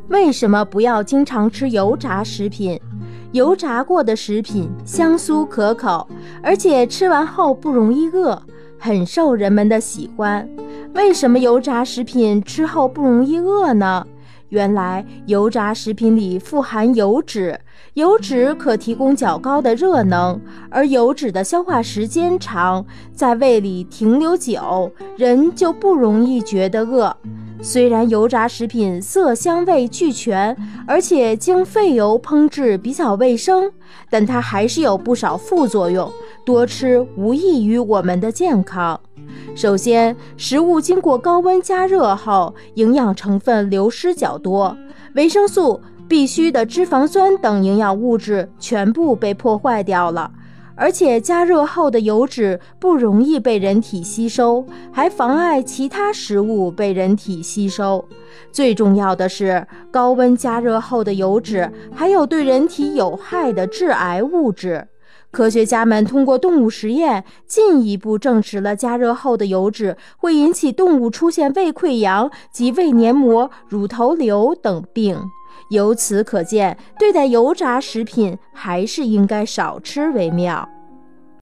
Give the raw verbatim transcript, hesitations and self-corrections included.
为什么不要经常吃油炸食品？油炸过的食品香酥可口，而且吃完后不容易饿，很受人们的喜欢。为什么油炸食品吃后不容易饿呢？原来油炸食品里富含油脂，油脂可提供较高的热能，而油脂的消化时间长，在胃里停留久，人就不容易觉得饿。虽然油炸食品色香味俱全，而且经废油烹制比较卫生，但它还是有不少副作用，多吃无益于我们的健康。首先，食物经过高温加热后，营养成分流失较多，维生素、必需的脂肪酸等营养物质全部被破坏掉了。而且加热后的油脂不容易被人体吸收，还妨碍其他食物被人体吸收。最重要的是，高温加热后的油脂还有对人体有害的致癌物质。科学家们通过动物实验，进一步证实了加热后的油脂会引起动物出现胃溃疡及胃黏膜、乳头瘤等病。由此可见，对待油炸食品还是应该少吃为妙。